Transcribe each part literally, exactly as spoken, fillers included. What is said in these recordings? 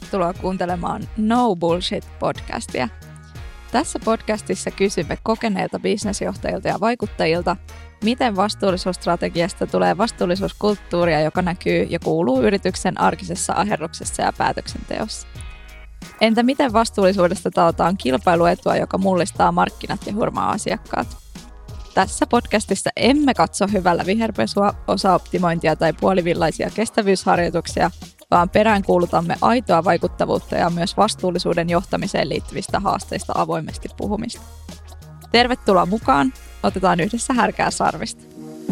tervetuloa kuuntelemaan No Bullshit-podcastia. Tässä podcastissa kysymme kokeneilta bisnesjohtajilta ja vaikuttajilta, miten vastuullisuusstrategiasta tulee vastuullisuuskulttuuria, joka näkyy ja kuuluu yrityksen arkisessa aherruksessa ja päätöksenteossa. Entä miten vastuullisuudesta taataan kilpailuetua, joka mullistaa markkinat ja hurmaa asiakkaat? Tässä podcastissa emme katso hyvällä viherpesua, osaoptimointia tai puolivillaisia kestävyysharjoituksia, vaan peräänkuulutamme aitoa vaikuttavuutta ja myös vastuullisuuden johtamiseen liittyvistä haasteista avoimesti puhumista. Tervetuloa mukaan, otetaan yhdessä härkää sarvista.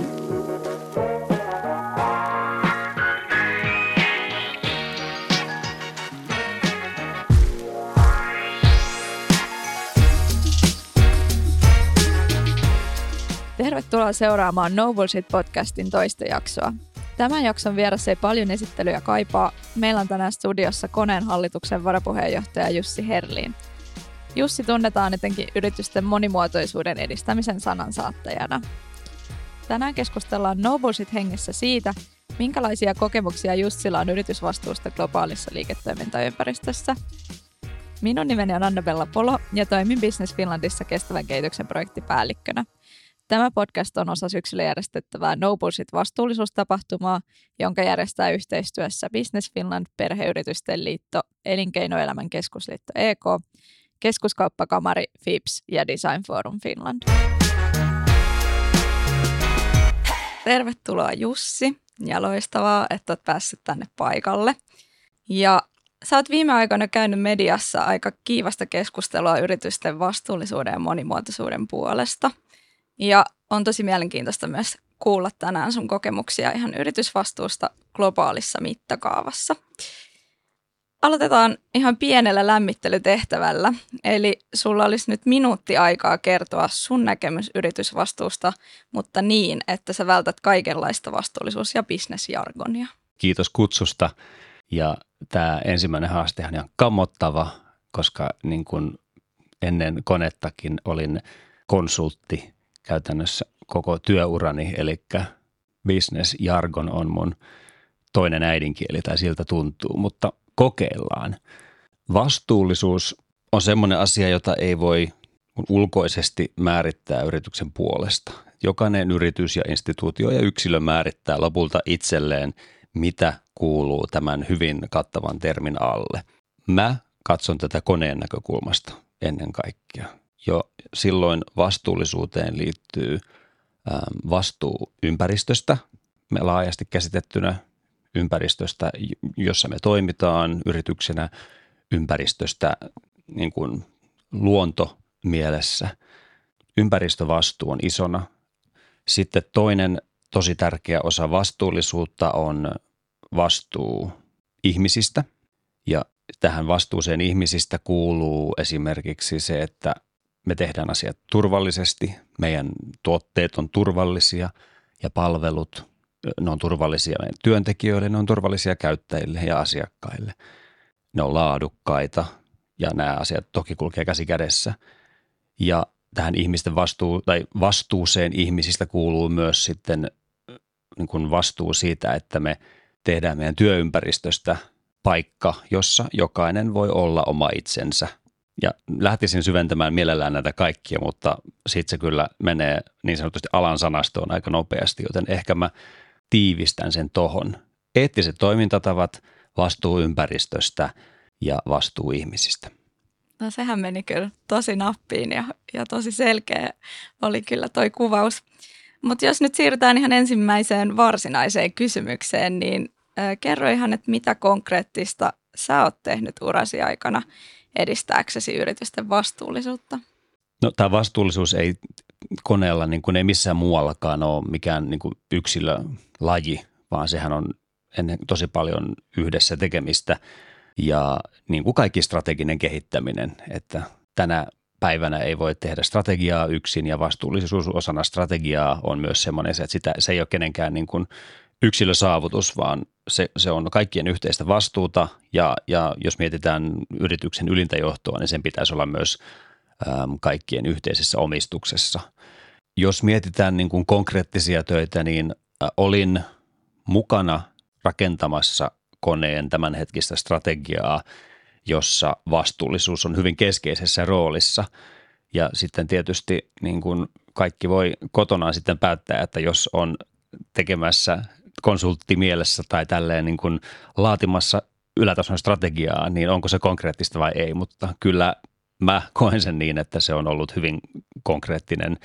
Tervetuloa seuraamaan No Bullshit-podcastin toista jaksoa. Tämän jakson vieressä ei paljon esittelyä kaipaa. Meillä on tänään studiossa Koneen hallituksen varapuheenjohtaja Jussi Herlin. Jussi tunnetaan etenkin yritysten monimuotoisuuden edistämisen sanansaattajana. Tänään keskustellaan No Bullshit-hengessä siitä, minkälaisia kokemuksia Jussilla on yritysvastuusta globaalissa liiketoimintaympäristössä. Minun nimeni on Anna-Bella Polo ja toimin Business Finlandissa kestävän kehityksen projektipäällikkönä. Tämä podcast on osa syksyllä järjestettävää No Bullshit-vastuullisuustapahtumaa, jonka järjestää yhteistyössä Business Finland, Perheyritysten liitto, Elinkeinoelämän keskusliitto E K, Keskuskauppakamari, F I P S ja Design Forum Finland. Tervetuloa Jussi ja loistavaa, että olet päässyt tänne paikalle. Ja sä oot viime aikoina käynyt mediassa aika kiivasta keskustelua yritysten vastuullisuuden ja monimuotoisuuden puolesta. Ja on tosi mielenkiintoista myös kuulla tänään sun kokemuksia ihan yritysvastuusta globaalissa mittakaavassa. Aloitetaan ihan pienellä lämmittelytehtävällä. Eli sulla olisi nyt minuutti aikaa kertoa sun näkemys yritysvastuusta, mutta niin, että sä vältät kaikenlaista vastuullisuus- ja bisnesjargonia. Kiitos kutsusta. Ja tämä ensimmäinen haaste on ihan kammottava, koska niin kuin ennen konettakin olin konsultti käytännössä koko työurani, eli business-jargon on mun toinen äidinkieli tai siltä tuntuu, mutta kokeillaan. Vastuullisuus on semmoinen asia, jota ei voi ulkoisesti määrittää yrityksen puolesta. Jokainen yritys ja instituutio ja yksilö määrittää lopulta itselleen, mitä kuuluu tämän hyvin kattavan termin alle. Mä katson tätä koneen näkökulmasta ennen kaikkea. Jo silloin vastuullisuuteen liittyy vastuu ympäristöstä, me laajasti käsitettynä ympäristöstä, jossa me toimitaan yrityksenä, ympäristöstä niin kuin luontomielessä. Ympäristövastuu on isona. Sitten toinen tosi tärkeä osa vastuullisuutta on vastuu ihmisistä, ja tähän vastuuseen ihmisistä kuuluu esimerkiksi se, että me tehdään asiat turvallisesti, meidän tuotteet on turvallisia ja palvelut, ne on turvallisia meidän työntekijöille, ne on turvallisia käyttäjille ja asiakkaille. Ne on laadukkaita ja nämä asiat toki kulkee käsi kädessä. Ja tähän ihmisten vastuu, tai vastuuseen ihmisistä kuuluu myös sitten niin kuin vastuu siitä, että me tehdään meidän työympäristöstä paikka, jossa jokainen voi olla oma itsensä. Ja lähtisin syventämään mielellään näitä kaikkia, mutta sitten se kyllä menee niin sanotusti alan sanastoon aika nopeasti, joten ehkä mä tiivistän sen tohon. Eettiset toimintatavat, vastuu ympäristöstä ja vastuu ihmisistä. No sehän meni kyllä tosi nappiin ja, ja tosi selkeä oli kyllä toi kuvaus. Mutta jos nyt siirrytään ihan ensimmäiseen varsinaiseen kysymykseen, niin äh, kerro ihan, että mitä konkreettista sä oot tehnyt urasi aikana edistääksesi yritysten vastuullisuutta? No tämä vastuullisuus ei koneella, niin kuin ei missään muuallakaan ole mikään niin kuin yksilölaji, vaan sehän on ennen tosi paljon yhdessä tekemistä ja niin kuin kaikki strateginen kehittäminen, että tänä päivänä ei voi tehdä strategiaa yksin ja vastuullisuus osana strategiaa on myös semmoinen, että sitä, se ei ole kenenkään niin kuin yksilösaavutus, vaan se, se on kaikkien yhteistä vastuuta ja, ja jos mietitään yrityksen ylintä johtoa, niin sen pitäisi olla myös äm, kaikkien yhteisessä omistuksessa. Jos mietitään niin kuin konkreettisia töitä, niin äh, olin mukana rakentamassa koneen tämänhetkistä strategiaa, jossa vastuullisuus on hyvin keskeisessä roolissa. Ja sitten tietysti niin kuin kaikki voi kotonaan sitten päättää, että jos on tekemässä konsulttimielessä tai tälleen niin kuin laatimassa ylätason strategiaa, niin onko se konkreettista vai ei, mutta kyllä mä koen sen niin, että se on ollut hyvin konkreettinen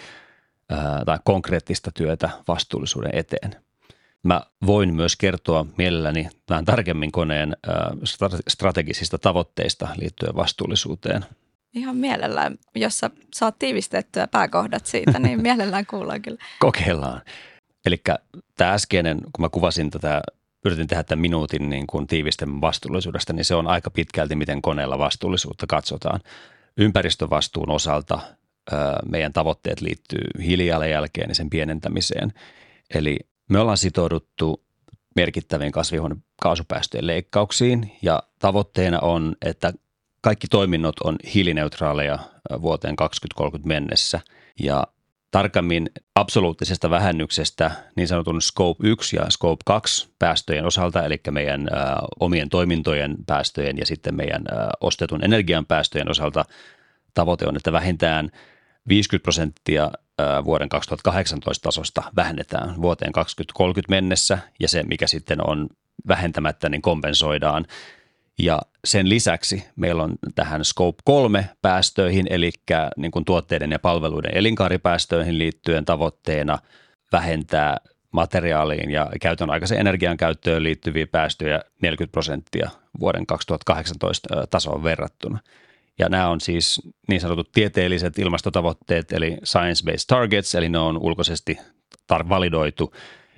ää, tai konkreettista työtä vastuullisuuden eteen. Mä voin myös kertoa mielelläni vähän tarkemmin koneen ää, strategisista tavoitteista liittyen vastuullisuuteen. Ihan mielellään, jos sä saat tiivistettyä pääkohdat siitä, niin mielellään kuullaan kyllä. Kokeillaan. Eli tämä äskeinen, kun mä kuvasin tätä, yritin tehdä tämän minuutin niin kuin tiivistelmän vastuullisuudesta, niin se on aika pitkälti, miten koneella vastuullisuutta katsotaan. Ympäristövastuun osalta ää, meidän tavoitteet liittyy hiilijalanjälkeen ja sen pienentämiseen. Eli me ollaan sitouduttu merkittäviin kasvihuonekaasupäästöjen leikkauksiin ja tavoitteena on, että kaikki toiminnot on hiilineutraaleja vuoteen kaksituhattakolmekymmentä mennessä ja tarkemmin absoluuttisesta vähennyksestä niin sanotun Scope yksi ja Scope kaksi päästöjen osalta, eli meidän ä, omien toimintojen päästöjen ja sitten meidän ä, ostetun energian päästöjen osalta tavoite on, että vähintään viisikymmentä prosenttia ä, vuoden kaksituhattakahdeksantoista tasosta vähennetään vuoteen kaksituhattakolmekymmentä mennessä ja se, mikä sitten on vähentämättä, niin kompensoidaan. Ja sen lisäksi meillä on tähän Scope kolme päästöihin, eli niin kuin tuotteiden ja palveluiden elinkaaripäästöihin liittyen tavoitteena vähentää materiaaliin ja käytön aikaisen energian käyttöön liittyviä päästöjä neljäkymmentä prosenttia vuoden kaksituhattakahdeksantoista tasoon verrattuna. Ja nämä on siis niin sanotut tieteelliset ilmastotavoitteet, eli science-based targets, eli ne on ulkoisesti tar- validoitu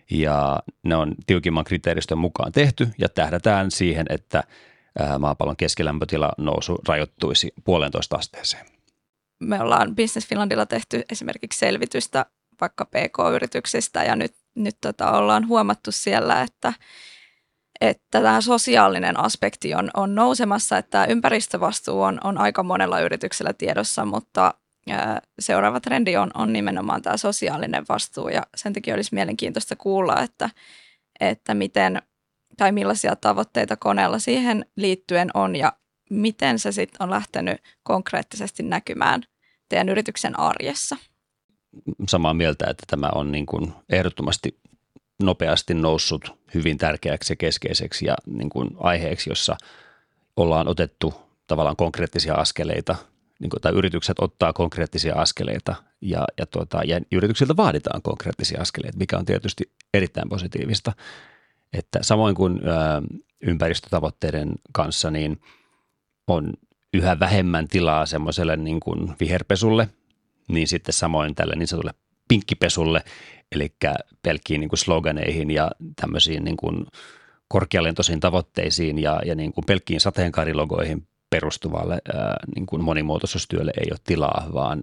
ja ne on tiukimman kriteeristön mukaan tehty ja tähdätään siihen, että maapallon keskilämpötila nousu rajoittuisi puolentoista asteeseen. Me ollaan Business Finlandilla tehty esimerkiksi selvitystä vaikka P K-yrityksistä ja nyt, nyt tota ollaan huomattu siellä, että, että tämä sosiaalinen aspekti on, on nousemassa, että ympäristövastuu on, on aika monella yrityksellä tiedossa, mutta ää, seuraava trendi on, on nimenomaan tämä sosiaalinen vastuu ja sen takia olisi mielenkiintoista kuulla, että, että miten tai millaisia tavoitteita koneella siihen liittyen on ja miten se sitten on lähtenyt konkreettisesti näkymään teidän yrityksen arjessa? Samaa mieltä, että tämä on niin kuin ehdottomasti nopeasti noussut hyvin tärkeäksi ja keskeiseksi ja niin kuin aiheeksi, jossa ollaan otettu tavallaan konkreettisia askeleita, niin kuin, tai yritykset ottaa konkreettisia askeleita ja, ja, tuota, ja yrityksiltä vaaditaan konkreettisia askeleita, mikä on tietysti erittäin positiivista. Että samoin kuin ä, ympäristötavoitteiden kanssa, niin on yhä vähemmän tilaa semmoiselle niin kuin viherpesulle, niin sitten samoin tälle niin sanotulle pinkkipesulle, eli pelkkiin niin kuin sloganeihin ja tämmöisiin niin kuin korkealentoisiin tavoitteisiin ja, ja niin kuin pelkkiin sateenkaarilogoihin perustuvalle ää, niin kuin monimuotoisuustyölle ei ole tilaa, vaan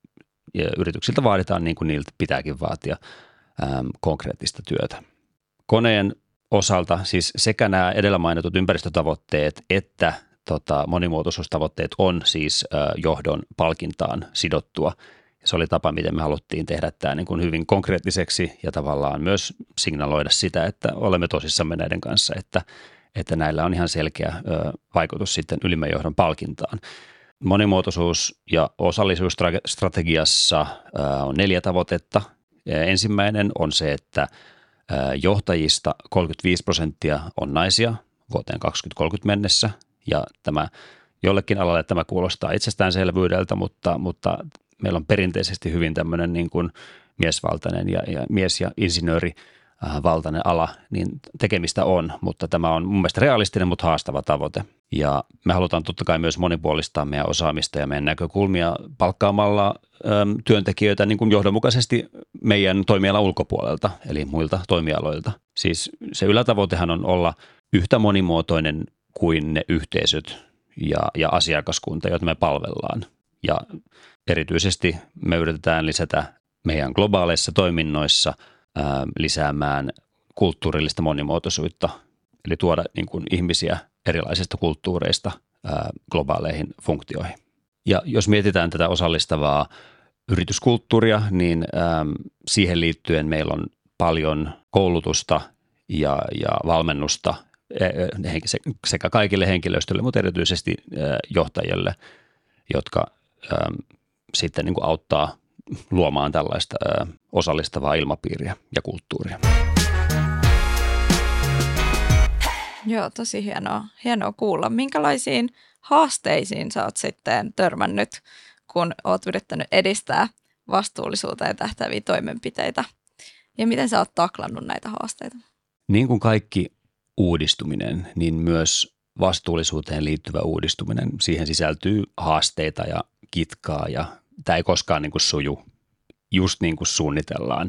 yrityksiltä vaaditaan niin kuin niiltä pitääkin vaatia ää, konkreettista työtä. Koneen osalta siis sekä nämä edellä mainitut ympäristötavoitteet että tota, monimuotoisuustavoitteet on siis ä, johdon palkintaan sidottua. Se oli tapa, miten me haluttiin tehdä tämä niin kuin hyvin konkreettiseksi ja tavallaan myös signaloida sitä, että olemme tosissamme näiden kanssa, että, että näillä on ihan selkeä ä, vaikutus sitten ylimmän johdon palkintaan. Monimuotoisuus- ja osallisuusstrategiassa ä, on neljä tavoitetta. Ja ensimmäinen on se, että johtajista kolmekymmentäviisi prosenttia on naisia vuoteen kaksituhattakolmekymmentä mennessä ja tämä jollekin alalle tämä kuulostaa itsestäänselvyydeltä, mutta, mutta meillä on perinteisesti hyvin tämmöinen niin kuin miesvaltainen ja, ja mies- ja insinöörivaltainen ala, niin tekemistä on, mutta tämä on mun mielestä realistinen, mutta haastava tavoite. Ja me halutaan totta kai myös monipuolistaa meidän osaamista ja meidän näkökulmia palkkaamalla äm, työntekijöitä niin kuin johdonmukaisesti meidän toimialan ulkopuolelta, eli muilta toimialoilta. Siis se ylätavoitehan on olla yhtä monimuotoinen kuin ne yhteisöt ja, ja asiakaskunta, joita me palvellaan. Ja erityisesti me yritetään lisätä meidän globaaleissa toiminnoissa ää, lisäämään kulttuurillista monimuotoisuutta, eli tuoda niin kuin ihmisiä erilaisista kulttuureista ää, globaaleihin funktioihin. Ja jos mietitään tätä osallistavaa yrityskulttuuria, niin ää, siihen liittyen meillä on paljon koulutusta ja, ja valmennusta sekä kaikille henkilöstölle, mutta erityisesti johtajille, jotka sitten niin kuin auttaa luomaan tällaista osallistavaa ilmapiiriä ja kulttuuria. Joo, tosi hienoa, hienoa kuulla. Minkälaisiin haasteisiin sä oot sitten törmännyt, kun oot yrittänyt edistää vastuullisuuteen tähtääviä toimenpiteitä? Ja miten sä oot taklannut näitä haasteita? Niin kuin kaikki uudistuminen, niin myös vastuullisuuteen liittyvä uudistuminen, siihen sisältyy haasteita ja kitkaa ja tämä ei koskaan niin kuin suju just niin kuin suunnitellaan.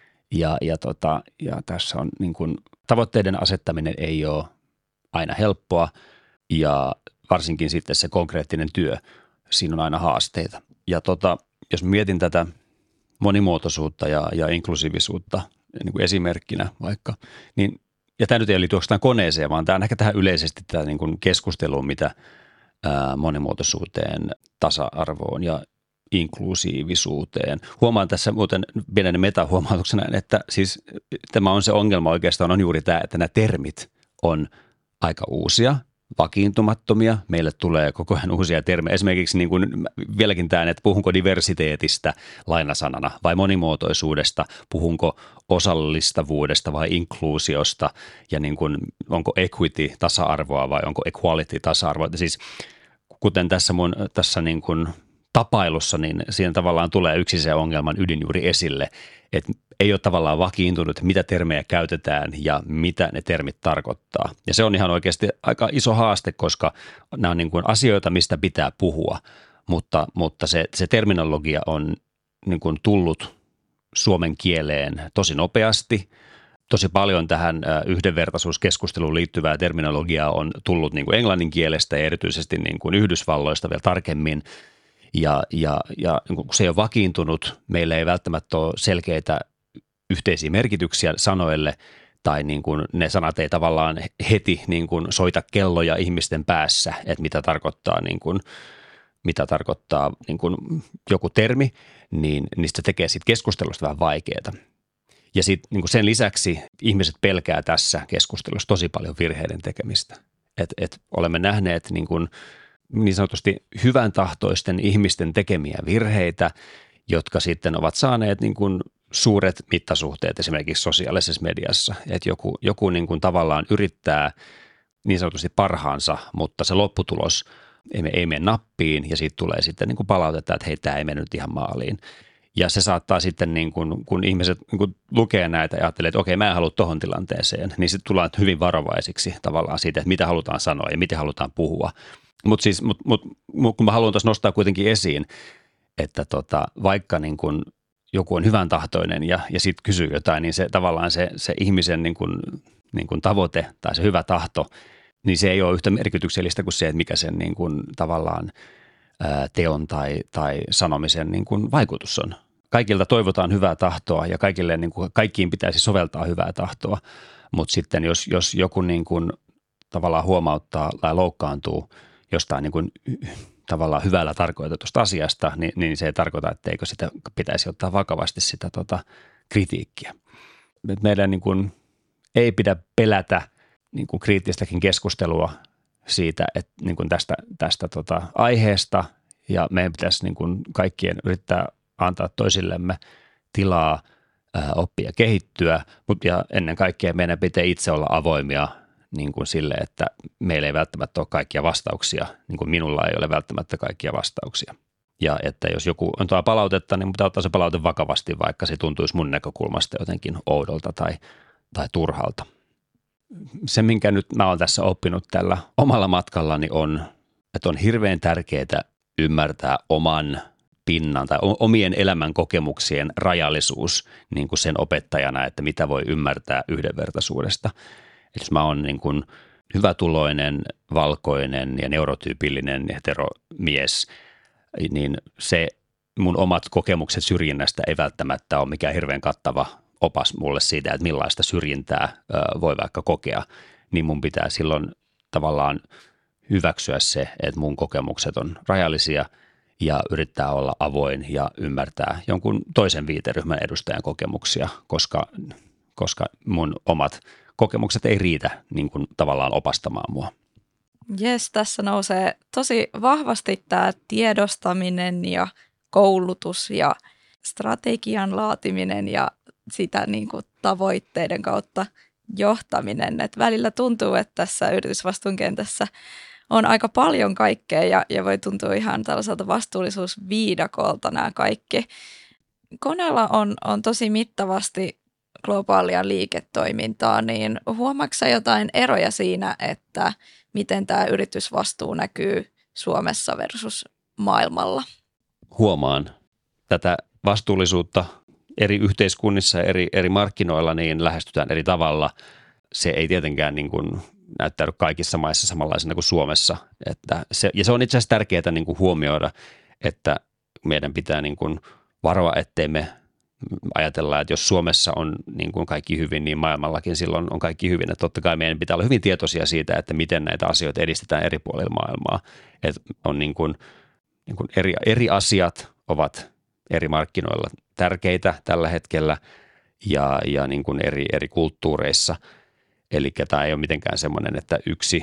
Ja, ja, tota, ja tässä on niin kuin, tavoitteiden asettaminen ei ole aina helppoa ja varsinkin sitten se konkreettinen työ, siinä on aina haasteita. Ja tota, jos mietin tätä monimuotoisuutta ja, ja inklusiivisuutta niin kuin esimerkkinä vaikka, niin ja tämä nyt ei liity oikeastaan koneeseen, vaan tämä on ehkä tähän yleisesti tämä niin kuin keskusteluun, mitä ää, monimuotoisuuteen, tasa-arvoon ja inklusiivisuuteen. Huomaan tässä muuten pienen metahuomautuksena, että siis tämä on se ongelma oikeastaan on juuri tämä, että nämä termit on aika uusia, vakiintumattomia. Meille tulee koko ajan uusia termejä. Esimerkiksi niin kuin vieläkin tämä, että puhunko diversiteetistä lainasanana vai monimuotoisuudesta, puhunko osallistavuudesta vai inkluusiosta ja niin kuin, onko equity tasa-arvoa vai onko equality tasa-arvoa. Siis kuten tässä mun tässä niin kuin tapailussa, niin siinä tavallaan tulee yksi se ongelman ydin juuri esille, että ei ole tavallaan vakiintunut, mitä termejä käytetään ja mitä ne termit tarkoittaa. Ja se on ihan oikeasti aika iso haaste, koska nämä on niin kuin asioita, mistä pitää puhua, mutta, mutta se, se terminologia on niin kuin tullut suomen kieleen tosi nopeasti. Tosi paljon tähän yhdenvertaisuuskeskusteluun liittyvää terminologiaa on tullut niin kuin englannin kielestä ja erityisesti niin kuin Yhdysvalloista vielä tarkemmin. Ja, ja, ja kun se ei ole vakiintunut, meillä ei välttämättä ole selkeitä yhteisiä merkityksiä sanoille tai niin kuin ne sanat ei tavallaan heti niin kuin soita kelloja ihmisten päässä, että mitä tarkoittaa, niin kuin, mitä tarkoittaa niin kuin joku termi, niin niistä tekee siitä keskustelusta vähän vaikeaa. Ja sitten niin kuin sen lisäksi ihmiset pelkää tässä keskustelussa tosi paljon virheiden tekemistä. Et, et olemme nähneet niin kuin niin sanotusti hyvän tahtoisten ihmisten tekemiä virheitä, jotka sitten ovat saaneet niin kuin suuret mittasuhteet esimerkiksi sosiaalisessa mediassa. Että joku, joku niin kuin tavallaan yrittää niin sanotusti parhaansa, mutta se lopputulos ei, ei mene nappiin ja siitä tulee sitten niin kuin palautetta, että hei, tämä ei mennyt ihan maaliin. Ja se saattaa sitten, niin kuin, kun ihmiset niin kuin lukee näitä ja ajattelee, että okei, mä en halua tohon tilanteeseen, niin sitten tullaan hyvin varovaisiksi tavallaan siitä, että mitä halutaan sanoa ja miten halutaan puhua. Mutta siis, mut, mut, kun mä haluan tuossa nostaa kuitenkin esiin, että tota, vaikka niin kun joku on hyvän tahtoinen ja, ja sitten kysyy jotain, niin se tavallaan se, se ihmisen niin kun, niin kun tavoite tai se hyvä tahto, niin se ei ole yhtä merkityksellistä kuin se, että mikä sen niin kun tavallaan ää, teon tai, tai sanomisen niin kun vaikutus on. Kaikilta toivotaan hyvää tahtoa ja kaikille, niin kun, kaikkiin pitäisi soveltaa hyvää tahtoa, mutta sitten jos, jos joku niin kun, tavallaan huomauttaa tai loukkaantuu jostain niin kuin tavallaan hyvällä tarkoitetusta asiasta, niin, niin se ei tarkoita, etteikö sitä pitäisi ottaa vakavasti sitä tota, kritiikkiä. Meidän niin kuin, ei pidä pelätä niin kuin kriittistäkin keskustelua siitä, että niin kuin tästä, tästä tota, aiheesta ja meidän pitäisi niin kuin kaikkien yrittää antaa toisillemme tilaa ää, oppia kehittyä, mutta ja ennen kaikkea meidän pitää itse olla avoimia niin kuin sille, että meillä ei välttämättä ole kaikkia vastauksia, niin kuin minulla ei ole välttämättä kaikkia vastauksia. Ja että jos joku antaa palautetta, niin pitää ottaa se palaute vakavasti, vaikka se tuntuisi mun näkökulmasta jotenkin oudolta tai, tai turhalta. Se, minkä nyt mä oon tässä oppinut tällä omalla matkallani on, että on hirveän tärkeää ymmärtää oman pinnan tai omien elämän kokemuksien rajallisuus niin kuin sen opettajana, että mitä voi ymmärtää yhdenvertaisuudesta. Että jos mä oon niin kuin hyvätuloinen, valkoinen ja neurotyypillinen heteromies, niin se mun omat kokemukset syrjinnästä ei välttämättä ole mikään hirveän kattava opas mulle siitä, että millaista syrjintää voi vaikka kokea, niin mun pitää silloin tavallaan hyväksyä se, että mun kokemukset on rajallisia ja yrittää olla avoin ja ymmärtää jonkun toisen viiteryhmän edustajan kokemuksia, koska, koska mun omat kokemukset ei riitä niin kuin tavallaan opastamaan mua. Jes, tässä nousee tosi vahvasti tämä tiedostaminen ja koulutus ja strategian laatiminen ja sitä niin kuin tavoitteiden kautta johtaminen. Et välillä tuntuu, että tässä yritysvastuun kentässä on aika paljon kaikkea ja, ja voi tuntua ihan tällaiselta vastuullisuusviidakolta nämä kaikki. Koneella on, on tosi mittavasti globaalia liiketoimintaa, niin huomaatko sä jotain eroja siinä, että miten tämä yritysvastuu näkyy Suomessa versus maailmalla? Huomaan tätä vastuullisuutta eri yhteiskunnissa ja eri, eri markkinoilla niin lähestytään eri tavalla. Se ei tietenkään niin kuin näyttäydy kaikissa maissa samanlaisena kuin Suomessa. Että se, ja se on itse asiassa tärkeää niin kuin huomioida, että meidän pitää niin kuin varoa, ettei me ajatella, että jos Suomessa on niin kuin kaikki hyvin, niin maailmallakin silloin on kaikki hyvin. Että totta kai meidän pitää olla hyvin tietoisia siitä, että miten näitä asioita edistetään eri puolilla maailmaa. Että on niin kuin, niin kuin eri, eri asiat ovat eri markkinoilla tärkeitä tällä hetkellä ja, ja niin kuin eri, eri kulttuureissa. Eli tämä ei ole mitenkään semmoinen, että yksi,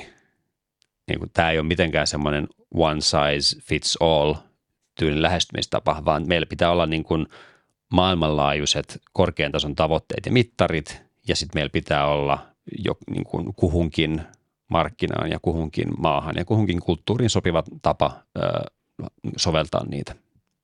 niin kuin, tämä ei ole mitenkään semmoinen one size fits all tyylin lähestymistapa, vaan meillä pitää olla niin kuin maailmanlaajuiset korkean tason tavoitteet ja mittarit, ja sitten meillä pitää olla jo niin kuin kuhunkin markkinaan ja kuhunkin maahan ja kuhunkin kulttuuriin sopiva tapa ö, soveltaa niitä.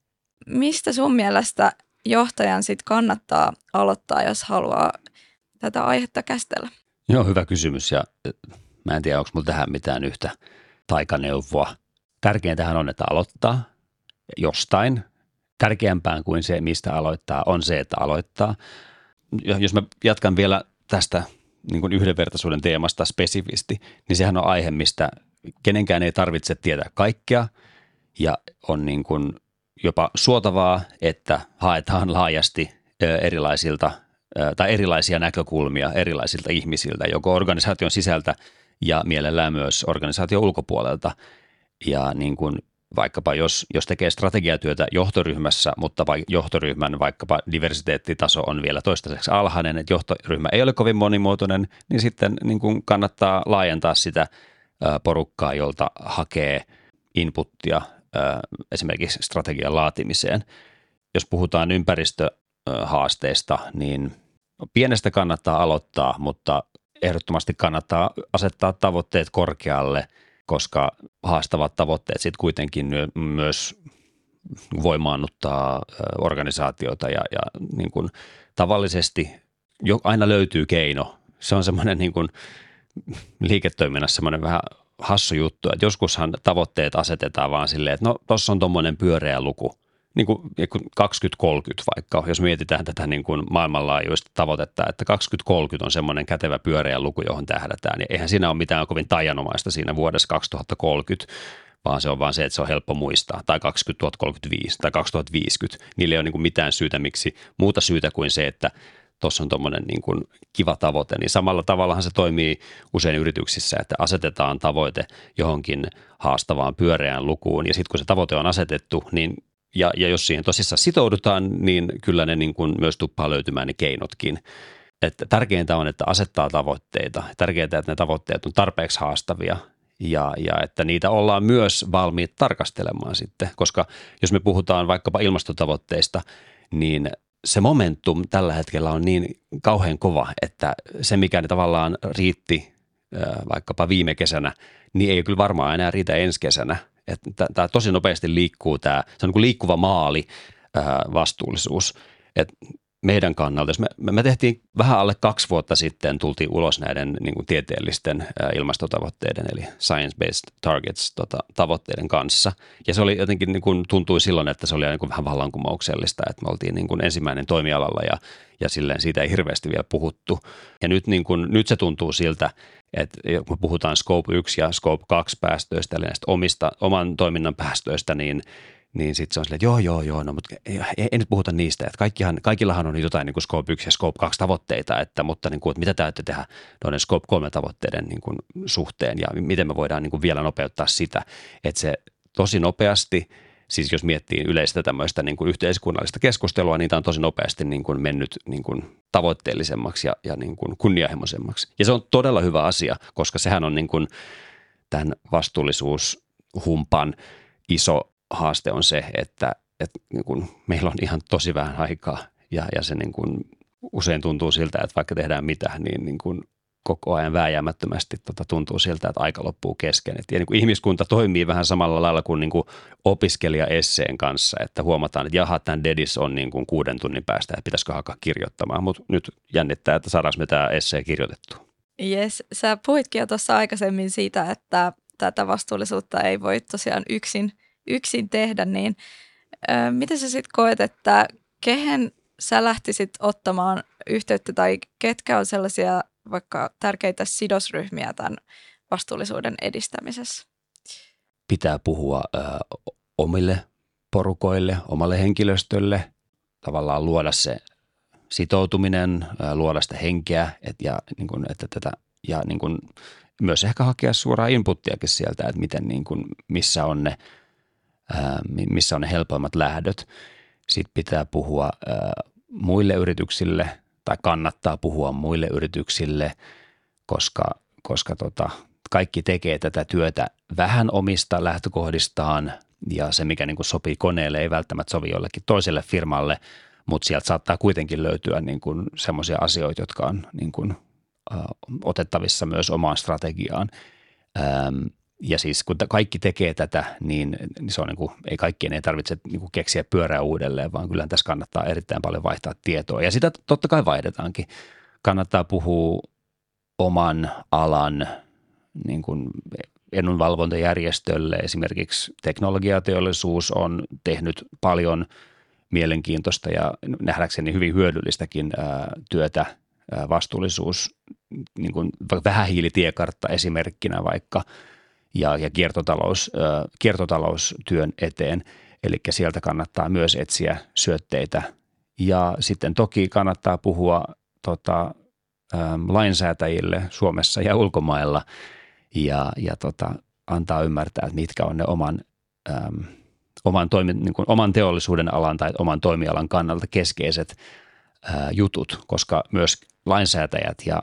Mistä sun mielestä johtajan sit kannattaa aloittaa, jos haluaa tätä aihetta käsitellä? Joo, hyvä kysymys, ja mä en tiedä, onko mulla tähän mitään yhtä taikaneuvoa. Tärkeintähän on, että aloittaa jostain. Tärkeämpään kuin se, mistä aloittaa, on se, että aloittaa. Jos mä jatkan vielä tästä niin kuin yhdenvertaisuuden teemasta spesifisti, niin sehän on aihe, mistä kenenkään ei tarvitse tietää kaikkea ja on niin kuin jopa suotavaa, että haetaan laajasti erilaisilta tai erilaisia näkökulmia erilaisilta ihmisiltä, joko organisaation sisältä ja mielellään myös organisaation ulkopuolelta. Ja niin kuin vaikkapa jos, jos tekee strategiatyötä johtoryhmässä, mutta johtoryhmän vaikkapa diversiteettitaso on vielä toistaiseksi alhainen, että johtoryhmä ei ole kovin monimuotoinen, niin sitten niin kuin kannattaa laajentaa sitä porukkaa, jolta hakee inputtia esimerkiksi strategian laatimiseen. Jos puhutaan ympäristöhaasteista, niin pienestä kannattaa aloittaa, mutta ehdottomasti kannattaa asettaa tavoitteet korkealle, koska haastavat tavoitteet sitten kuitenkin myös voimaannuttaa organisaatiota ja, ja niin kuin tavallisesti jo aina löytyy keino. Se on semmoinen niin kuin liiketoiminnassa semmoinen vähän hassu juttu, että joskushan tavoitteet asetetaan vaan silleen, että no tuossa on tuommoinen pyöreä luku, niin kuin kaksikymmentä kolmekymmentä vaikka, jos mietitään tätä niin kuin maailmanlaajuista tavoitetta, että kaksikymmentä kolmekymmentä on semmoinen kätevä pyöreä luku, johon tähdätään, niin eihän siinä ole mitään kovin taianomaista siinä vuodessa kaksituhattakolmekymmentä, vaan se on vaan se, että se on helppo muistaa, tai kaksituhattakolmekymmentäviisi tai kaksituhattaviisikymmentä, niillä ei ole niin kuin mitään syytä, miksi muuta syytä kuin se, että tuossa on tuommoinen niin kuin kiva tavoite, niin samalla tavallahan se toimii usein yrityksissä, että asetetaan tavoite johonkin haastavaan pyöreään lukuun, ja sitten kun se tavoite on asetettu, niin Ja, ja jos siihen tosissaan sitoudutaan, niin kyllä ne niin kuin myös tuppaa löytymään ne keinotkin. Että tärkeintä on, että asettaa tavoitteita. Tärkeintä, että ne tavoitteet on tarpeeksi haastavia ja, ja että niitä ollaan myös valmiit tarkastelemaan sitten. Koska jos me puhutaan vaikkapa ilmastotavoitteista, niin se momentum tällä hetkellä on niin kauhean kova, että se mikä ne tavallaan riitti vaikkapa viime kesänä, niin ei kyllä varmaan enää riitä ensi kesänä. Tämä tosi nopeasti liikkuu, tämä, se on niin kuin liikkuva maali, ää, vastuullisuus. Et meidän kannalta, jos me, me tehtiin vähän alle kaksi vuotta sitten, tultiin ulos näiden niin kuin tieteellisten ää, ilmastotavoitteiden, eli science-based targets tota, tavoitteiden kanssa. Ja se oli jotenkin, niin kuin tuntui silloin, että se oli niin kuin vähän vallankumouksellista, että me oltiin niin kuin ensimmäinen toimialalla ja, ja silleen siitä ei hirveästi vielä puhuttu. Ja nyt, niin kuin, nyt se tuntuu siltä, että kun puhutaan Scope yksi ja Scope kaksi päästöistä, eli näistä omista, oman toiminnan päästöistä, niin, niin sitten se on silleen, että joo, joo, joo, no, mutta ei, ei, ei nyt puhuta niistä, että kaikkihan, kaikillahan on jotain niin kuin Scope yksi ja Scope kaksi tavoitteita, että, mutta niin kuin, että mitä täytyy tehdä noiden Scope kolme tavoitteiden niin kuin suhteen ja miten me voidaan niin kuin vielä nopeuttaa sitä, että se tosi nopeasti Siis jos miettii yleistä tämmöistä niin kuin yhteiskunnallista keskustelua, niin tämä on tosi nopeasti niin kuin mennyt niin kuin tavoitteellisemmaksi ja, ja niin kuin kunnianhimoisemmaksi. Ja se on todella hyvä asia, koska sehän on niin kuin tämän vastuullisuushumpan iso haaste on se, että, että niin kuin meillä on ihan tosi vähän aikaa ja, ja se niin kuin usein tuntuu siltä, että vaikka tehdään mitä, niin, niin kuin koko ajan vääjäämättömästi tota, tuntuu siltä, että aika loppuu kesken. Et, ja niin kuin ihmiskunta toimii vähän samalla lailla kuin, niin kuin opiskelija-esseen kanssa, että huomataan, että jaha, tämän dedis on niin kuin kuuden tunnin päästä ja pitäisikö alkaa kirjoittamaan, mutta nyt jännittää, että saadaanko me tämä essee kirjoitettua. Jes, sä puhuitkin jo tuossa aikaisemmin siitä, että tätä vastuullisuutta ei voi tosiaan yksin, yksin tehdä, niin ö, miten sä sitten koet, että kehen sä lähtisit ottamaan yhteyttä tai ketkä on sellaisia vaikka tärkeitä sidosryhmiä tämän vastuullisuuden edistämisessä? Pitää puhua ö, omille porukoille, omalle henkilöstölle, tavallaan luoda se sitoutuminen, ö, luoda sitä henkeä et, ja, niin kun, että tätä, ja niin kun, myös ehkä hakea suoraa inputtiakin sieltä, että miten, niin kun, missä, on ne, ö, missä on ne helpoimmat lähdöt. Sitten pitää puhua ö, muille yrityksille tai kannattaa puhua muille yrityksille, koska, koska tota, kaikki tekee tätä työtä vähän omista lähtökohdistaan ja se, mikä niin kuin sopii koneelle, ei välttämättä sovi jollekin toiselle firmalle, mutta sieltä saattaa kuitenkin löytyä niin kuin semmoisia asioita, jotka on niin kuin, ä, otettavissa myös omaan strategiaan. Ähm, ja siis kun kaikki tekee tätä, niin, niin se on niin kuin, ei kaikkien ei tarvitse niin kuin keksiä pyörää uudelleen, vaan kyllä tässä kannattaa erittäin paljon vaihtaa tietoa. Ja sitä totta kai vaihdetaankin. Kannattaa puhua oman alan niin kuin edunvalvontajärjestölle. Esimerkiksi teknologiateollisuus on tehnyt paljon mielenkiintoista ja nähdäkseni hyvin hyödyllistäkin ää, työtä, ää, vastuullisuus, niin kuin vähähiilitiekartta esimerkkinä vaikka, ja, ja kiertotalous, ää, kiertotaloustyön eteen. Eli sieltä kannattaa myös etsiä syötteitä. Ja sitten toki kannattaa puhua tota, ää, lainsäätäjille Suomessa ja ulkomailla ja, ja tota, antaa ymmärtää, että mitkä on ne oman äm, Oman, toimi, niin kuin oman teollisuuden alan tai oman toimialan kannalta keskeiset ää, jutut, koska myös lainsäätäjät ja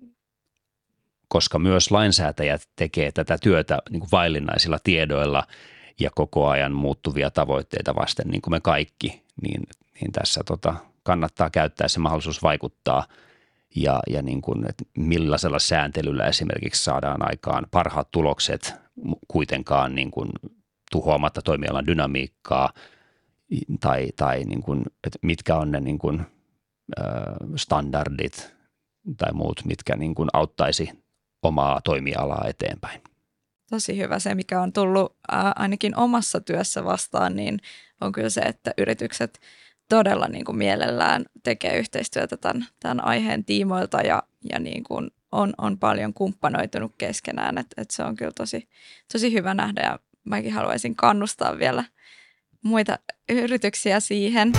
koska myös lainsäätäjät tekee tätä työtä niin kuin vaillinnaisilla tiedoilla ja koko ajan muuttuvia tavoitteita vasten, niin kuin me kaikki, niin, niin tässä tota, kannattaa käyttää se mahdollisuus vaikuttaa ja, ja niin kuin, että millaisella sääntelyllä esimerkiksi saadaan aikaan parhaat tulokset kuitenkaan niin kuin tuhoamatta toimialan dynamiikkaa tai, tai niin kuin, että mitkä on ne niin kuin, ö, standardit tai muut, mitkä niin kuin auttaisi omaa toimialaa eteenpäin. Tosi hyvä. Se, mikä on tullut ää, ainakin omassa työssä vastaan, niin on kyllä se, että yritykset todella niin kuin mielellään tekee yhteistyötä tämän, tämän aiheen tiimoilta ja, ja niin kuin on, on paljon kumppanoitunut keskenään. Et, et se on kyllä tosi, tosi hyvä nähdä ja mäkin haluaisin kannustaa vielä muita yrityksiä siihen.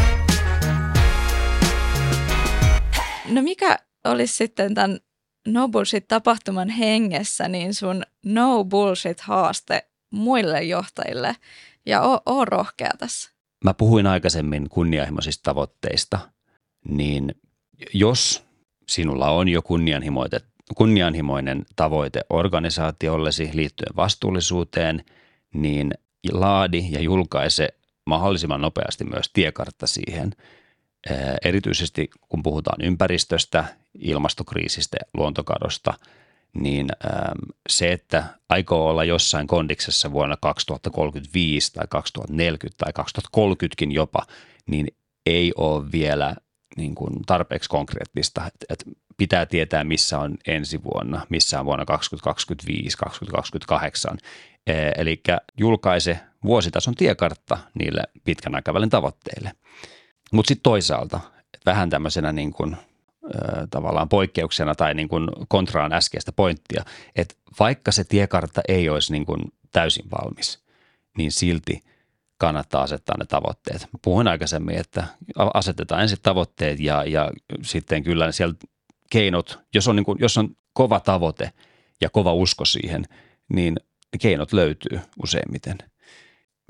No mikä olisi sitten tämän No Bullshit-tapahtuman hengessä niin sun No Bullshit-haaste muille johtajille ja oo, oo rohkea tässä? Mä puhuin aikaisemmin kunnianhimoisista tavoitteista, niin jos sinulla on jo kunnianhimoinen tavoite organisaatiollesi liittyen vastuullisuuteen, niin laadi ja julkaise mahdollisimman nopeasti myös tiekartta siihen. Erityisesti kun puhutaan ympäristöstä, ilmastokriisistä ja luontokadosta, niin se, että aikoo olla jossain kondiksessa vuonna kaksituhattakolmekymmentäviisi tai kaksituhattaneljäkymmentä tai kaksituhattakolmekymmentäkin jopa, niin ei ole vielä niin kuin tarpeeksi konkreettista. Että pitää tietää, missä on ensi vuonna, missä on vuonna kaksituhattakaksikymmentäviisi, kaksituhattakaksikymmentäkahdeksan. Eli julkaise vuositason tiekartta niille pitkän aikavälin tavoitteille. Mutta sitten toisaalta, vähän tämmöisenä niin kuin, ö, tavallaan poikkeuksena tai niin kuin kontraan äskeistä pointtia, että vaikka se tiekartta ei olisi niin kuin täysin valmis, niin silti kannattaa asettaa ne tavoitteet. Puhuin aikaisemmin, että asetetaan ensin tavoitteet ja, ja sitten kyllä siellä keinot, jos on, niin kuin, jos on kova tavoite ja kova usko siihen, niin keinot löytyy useimmiten.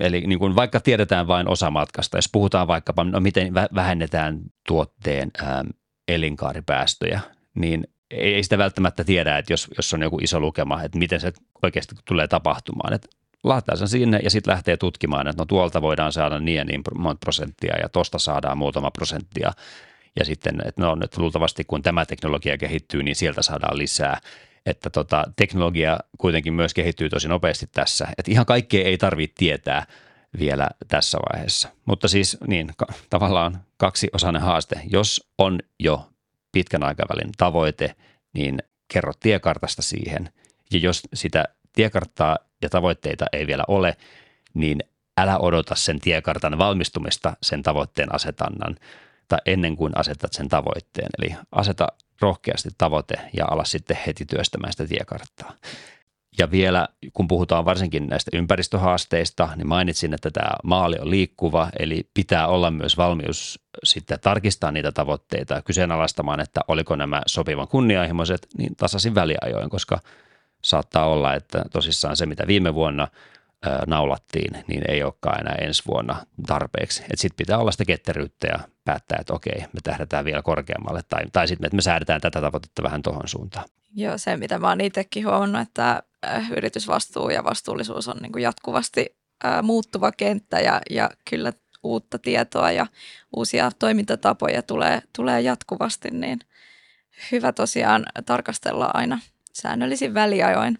Eli niin kuin vaikka tiedetään vain osa matkasta, jos puhutaan vaikkapa, no miten vähennetään tuotteen ää, elinkaaripäästöjä, niin ei sitä välttämättä tiedä, että jos, jos on joku iso lukema, että miten se oikeasti tulee tapahtumaan. Että laittaa sen sinne ja sitten lähtee tutkimaan, että no tuolta voidaan saada niin ja niin monta prosenttia ja tosta saadaan muutama prosenttia. Ja sitten, että no nyt luultavasti kun tämä teknologia kehittyy, niin sieltä saadaan lisää. Että tota, teknologia kuitenkin myös kehittyy tosi nopeasti tässä. Että ihan kaikkea ei tarvitse tietää vielä tässä vaiheessa. Mutta siis niin, ka- tavallaan kaksiosainen haaste. Jos on jo pitkän aikavälin tavoite, niin kerro tiekartasta siihen. Ja jos sitä tiekarttaa ja tavoitteita ei vielä ole, niin älä odota sen tiekartan valmistumista sen tavoitteen asetannan tai ennen kuin asetat sen tavoitteen. Eli aseta rohkeasti tavoite ja ala sitten heti työstämään sitä tiekarttaa. Ja vielä, kun puhutaan varsinkin näistä ympäristöhaasteista, niin mainitsin, että tämä maali on liikkuva, eli pitää olla myös valmius sitten tarkistaa niitä tavoitteita, kyseenalaistamaan, että oliko nämä sopivan kunnianhimoiset, niin tasaisin väliajoin, koska saattaa olla, että tosissaan se, mitä viime vuonna ää, naulattiin, niin ei olekaan enää ensi vuonna tarpeeksi. Sitten pitää olla sitä ketteryyttä ja päättää, että okei, me tähdätään vielä korkeammalle, tai, tai sitten, että me säädetään tätä tavoitetta vähän tuohon suuntaan. Joo, se mitä mä oon itsekin huomannut, että yritysvastuu ja vastuullisuus on niin kuin jatkuvasti ää, muuttuva kenttä ja, ja kyllä uutta tietoa ja uusia toimintatapoja tulee, tulee jatkuvasti, niin hyvä tosiaan tarkastella aina säännöllisin väliajoin.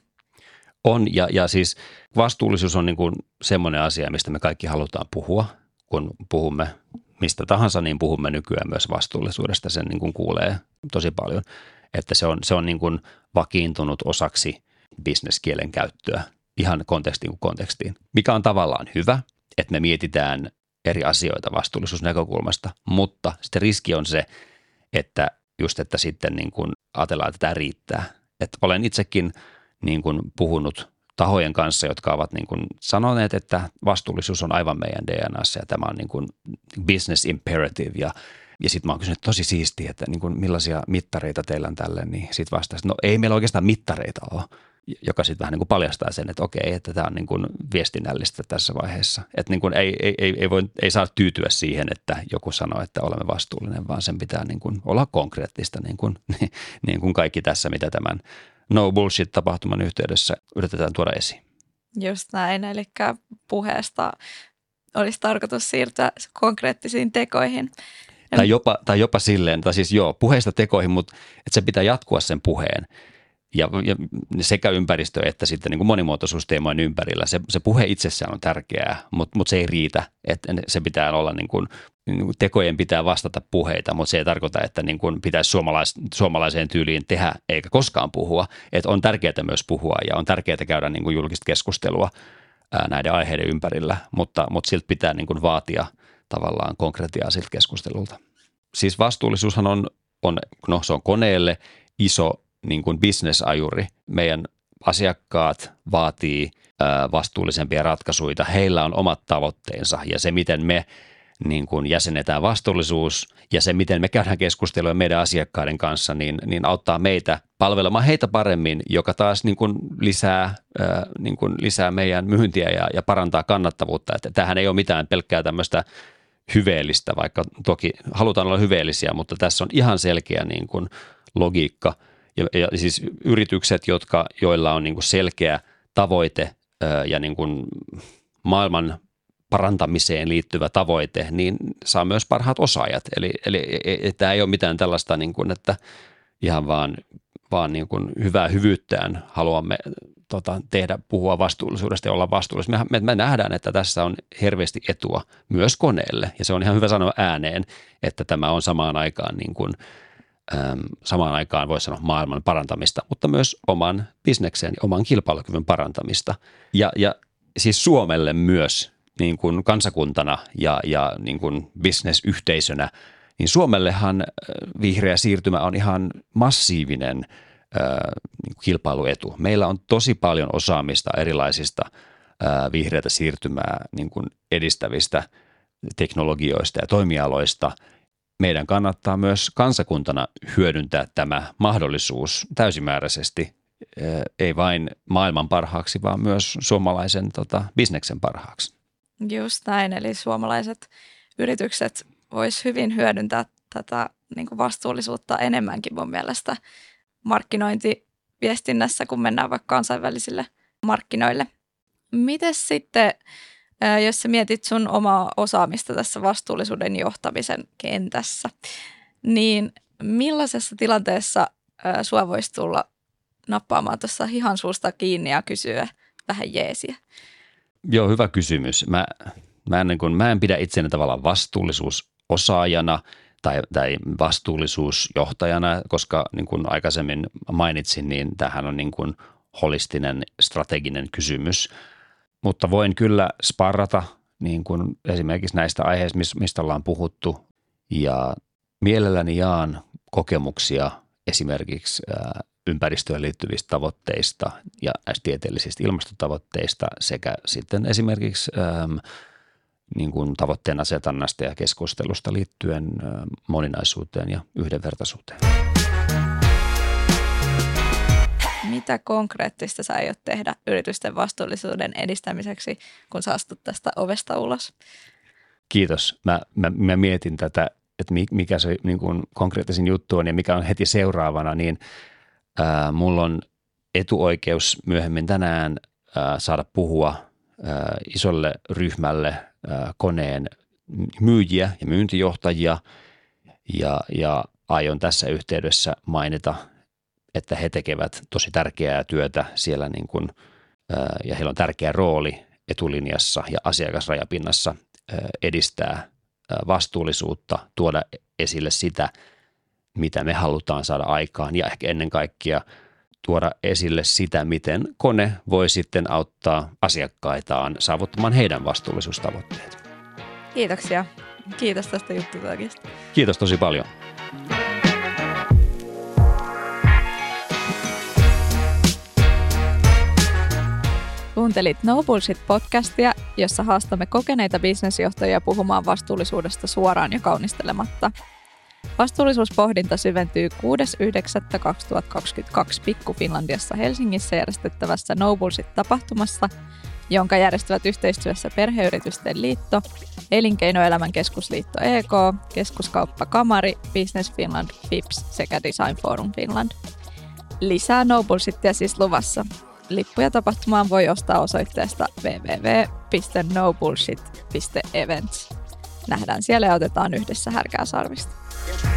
On ja, ja siis vastuullisuus on niin kuin semmoinen asia, mistä me kaikki halutaan puhua, kun puhumme mistä tahansa, niin puhumme nykyään myös vastuullisuudesta, sen niin kuin kuulee tosi paljon, että se on, se on niin kuin vakiintunut osaksi bisneskielen käyttöä ihan kontekstiin kuin kontekstiin, mikä on tavallaan hyvä, että me mietitään eri asioita vastuullisuusnäkökulmasta, mutta sitten riski on se, että just, että sitten niin kuin ajatellaan, että tämä riittää. Että olen itsekin niin kuin puhunut tahojen kanssa, jotka ovat niin kuin sanoneet, että vastuullisuus on aivan meidän D N A:ssa ja tämä on niin kuin business imperative ja Ja sitten mä oon kysynyt, että tosi siistiä, että niin kuin millaisia mittareita teillä on tälle, niin sitten vastasin, no ei meillä oikeastaan mittareita ole, joka sitten vähän niin kuin paljastaa sen, että okei, että tämä on niin kuin viestinnällistä tässä vaiheessa. Että niin kuin ei, ei, ei, ei, voi, ei saa tyytyä siihen, että joku sanoo, että olemme vastuullinen, vaan sen pitää niin kuin olla konkreettista, niin kuin, niin kuin kaikki tässä, mitä tämän no bullshit-tapahtuman yhteydessä yritetään tuoda esiin. Just näin, eli puheesta olisi tarkoitus siirtyä konkreettisiin tekoihin. Tai jopa, tai jopa silleen, tai siis joo, puheista tekoihin, mutta että se pitää jatkua sen puheen. Ja, ja sekä ympäristö että sitten niin kuin monimuotoisuusteemojen ympärillä. Se, se puhe itsessään on tärkeää, mutta, mutta se ei riitä. Että se pitää olla, niin kuin, niin kuin tekojen pitää vastata puheita, mutta se ei tarkoita, että niin kuin pitäisi suomalais, suomalaiseen tyyliin tehdä eikä koskaan puhua. Että on tärkeää myös puhua ja on tärkeää käydä niin kuin julkista keskustelua ää, näiden aiheiden ympärillä, mutta, mutta siltä pitää niin kuin vaatia tavallaan konkretiaa siltä keskustelulta. Siis vastuullisuushan on, on, no se on koneelle iso niin kuin bisnesajuri. Meidän asiakkaat vaatii ää, vastuullisempia ratkaisuja. Heillä on omat tavoitteensa ja se, miten me niin kuin jäsennetään vastuullisuus ja se, miten me käydään keskustelua meidän asiakkaiden kanssa, niin, niin auttaa meitä palvelemaan heitä paremmin, joka taas niin kuin lisää, ää, niin kuin lisää meidän myyntiä ja, ja parantaa kannattavuutta. Että tämähän ei ole mitään pelkkää tämmöistä hyveellistä, vaikka toki halutaan olla hyveellisiä, mutta tässä on ihan selkeä niin kuin logiikka. Ja, ja siis yritykset, jotka, joilla on niin kuin selkeä tavoite ää, ja niin kuin maailman parantamiseen liittyvä tavoite, niin saa myös parhaat osaajat. Eli, eli tämä ei ole mitään tällaista, niin kuin, että ihan vaan, vaan niin kuin hyvää hyvyyttään haluamme tota, tehdä, puhua vastuullisuudesta ja olla vastuullisia. Me, me, me nähdään, että tässä on hirveästi etua myös koneelle, ja se on ihan hyvä sanoa ääneen, että tämä on samaan aikaan niin kuin, äm, samaan aikaan voisi sanoa maailman parantamista, mutta myös oman bisneksen ja oman kilpailukyvyn parantamista. Ja, ja siis Suomelle myös niin kuin kansakuntana ja, ja niin kuin bisnesyhteisönä, niin Suomellehan vihreä siirtymä on ihan massiivinen ää, niin kuin kilpailuetu. Meillä on tosi paljon osaamista erilaisista ää, vihreätä siirtymää niin kuin edistävistä teknologioista ja toimialoista. Meidän kannattaa myös kansakuntana hyödyntää tämä mahdollisuus täysimääräisesti, ää, ei vain maailman parhaaksi, vaan myös suomalaisen tota, bisneksen parhaaksi. Just näin, eli suomalaiset yritykset vois hyvin hyödyntää tätä niin kuin vastuullisuutta enemmänkin mun mielestä markkinointiviestinnässä, kun mennään vaikka kansainvälisille markkinoille. Mites sitten, jos sä mietit sun omaa osaamista tässä vastuullisuuden johtamisen kentässä, niin millaisessa tilanteessa sua voisi tulla nappaamaan tuossa hihan suusta kiinni ja kysyä vähän jeesiä? Joo, hyvä kysymys. Mä, mä, en, niin kun, mä en pidä itseäni tavallaan vastuullisuusosaajana tai, tai vastuullisuusjohtajana, koska niin kuin aikaisemmin mainitsin, niin tämähän on niin kuin holistinen strateginen kysymys. Mutta voin kyllä sparrata niin kuin esimerkiksi näistä aiheista, mistä ollaan puhuttu, ja mielelläni jaan kokemuksia esimerkiksi ympäristöön liittyvistä tavoitteista ja näistä tieteellisistä ilmastotavoitteista sekä sitten esimerkiksi ähm, niin kuin tavoitteen asetannasta ja keskustelusta liittyen ähm, moninaisuuteen ja yhdenvertaisuuteen. Mitä konkreettista sä aiot tehdä yritysten vastuullisuuden edistämiseksi, kun sä astut tästä ovesta ulos? Kiitos. Mä, mä, mä mietin tätä, että mikä se niin kuin konkreettisin juttu on ja mikä on heti seuraavana, niin Äh, mulla on etuoikeus myöhemmin tänään äh, saada puhua äh, isolle ryhmälle äh, koneen myyjiä ja myyntijohtajia ja, ja aion tässä yhteydessä mainita, että he tekevät tosi tärkeää työtä siellä niin kuin, äh, ja heillä on tärkeä rooli etulinjassa ja asiakasrajapinnassa äh, edistää äh, vastuullisuutta, tuoda esille sitä, mitä me halutaan saada aikaan ja ehkä ennen kaikkea tuoda esille sitä, miten kone voi sitten auttaa asiakkaitaan saavuttamaan heidän vastuullisuustavoitteet. Kiitoksia. Kiitos tästä juttutalkista. Kiitos tosi paljon. Kuuntelit No Bullshit-podcastia, jossa haastamme kokeneita bisnesjohtajia puhumaan vastuullisuudesta suoraan ja kaunistelematta. Vastuullisuuspohdinta syventyy kuudes yhdeksättä kaksituhattakaksikymmentäkaksi Pikku Finlandiassa Helsingissä järjestettävässä No Bullshit-tapahtumassa, jonka järjestävät yhteistyössä Perheyritysten liitto, Elinkeinoelämän keskusliitto E K, Keskuskauppa Kamari, Business Finland, F I P S sekä Design Forum Finland. Lisää No Bullshitia siis luvassa. Lippuja tapahtumaan voi ostaa osoitteesta double-u double-u double-u piste no bullshit piste events. Nähdään siellä ja otetaan yhdessä härkää sarvista.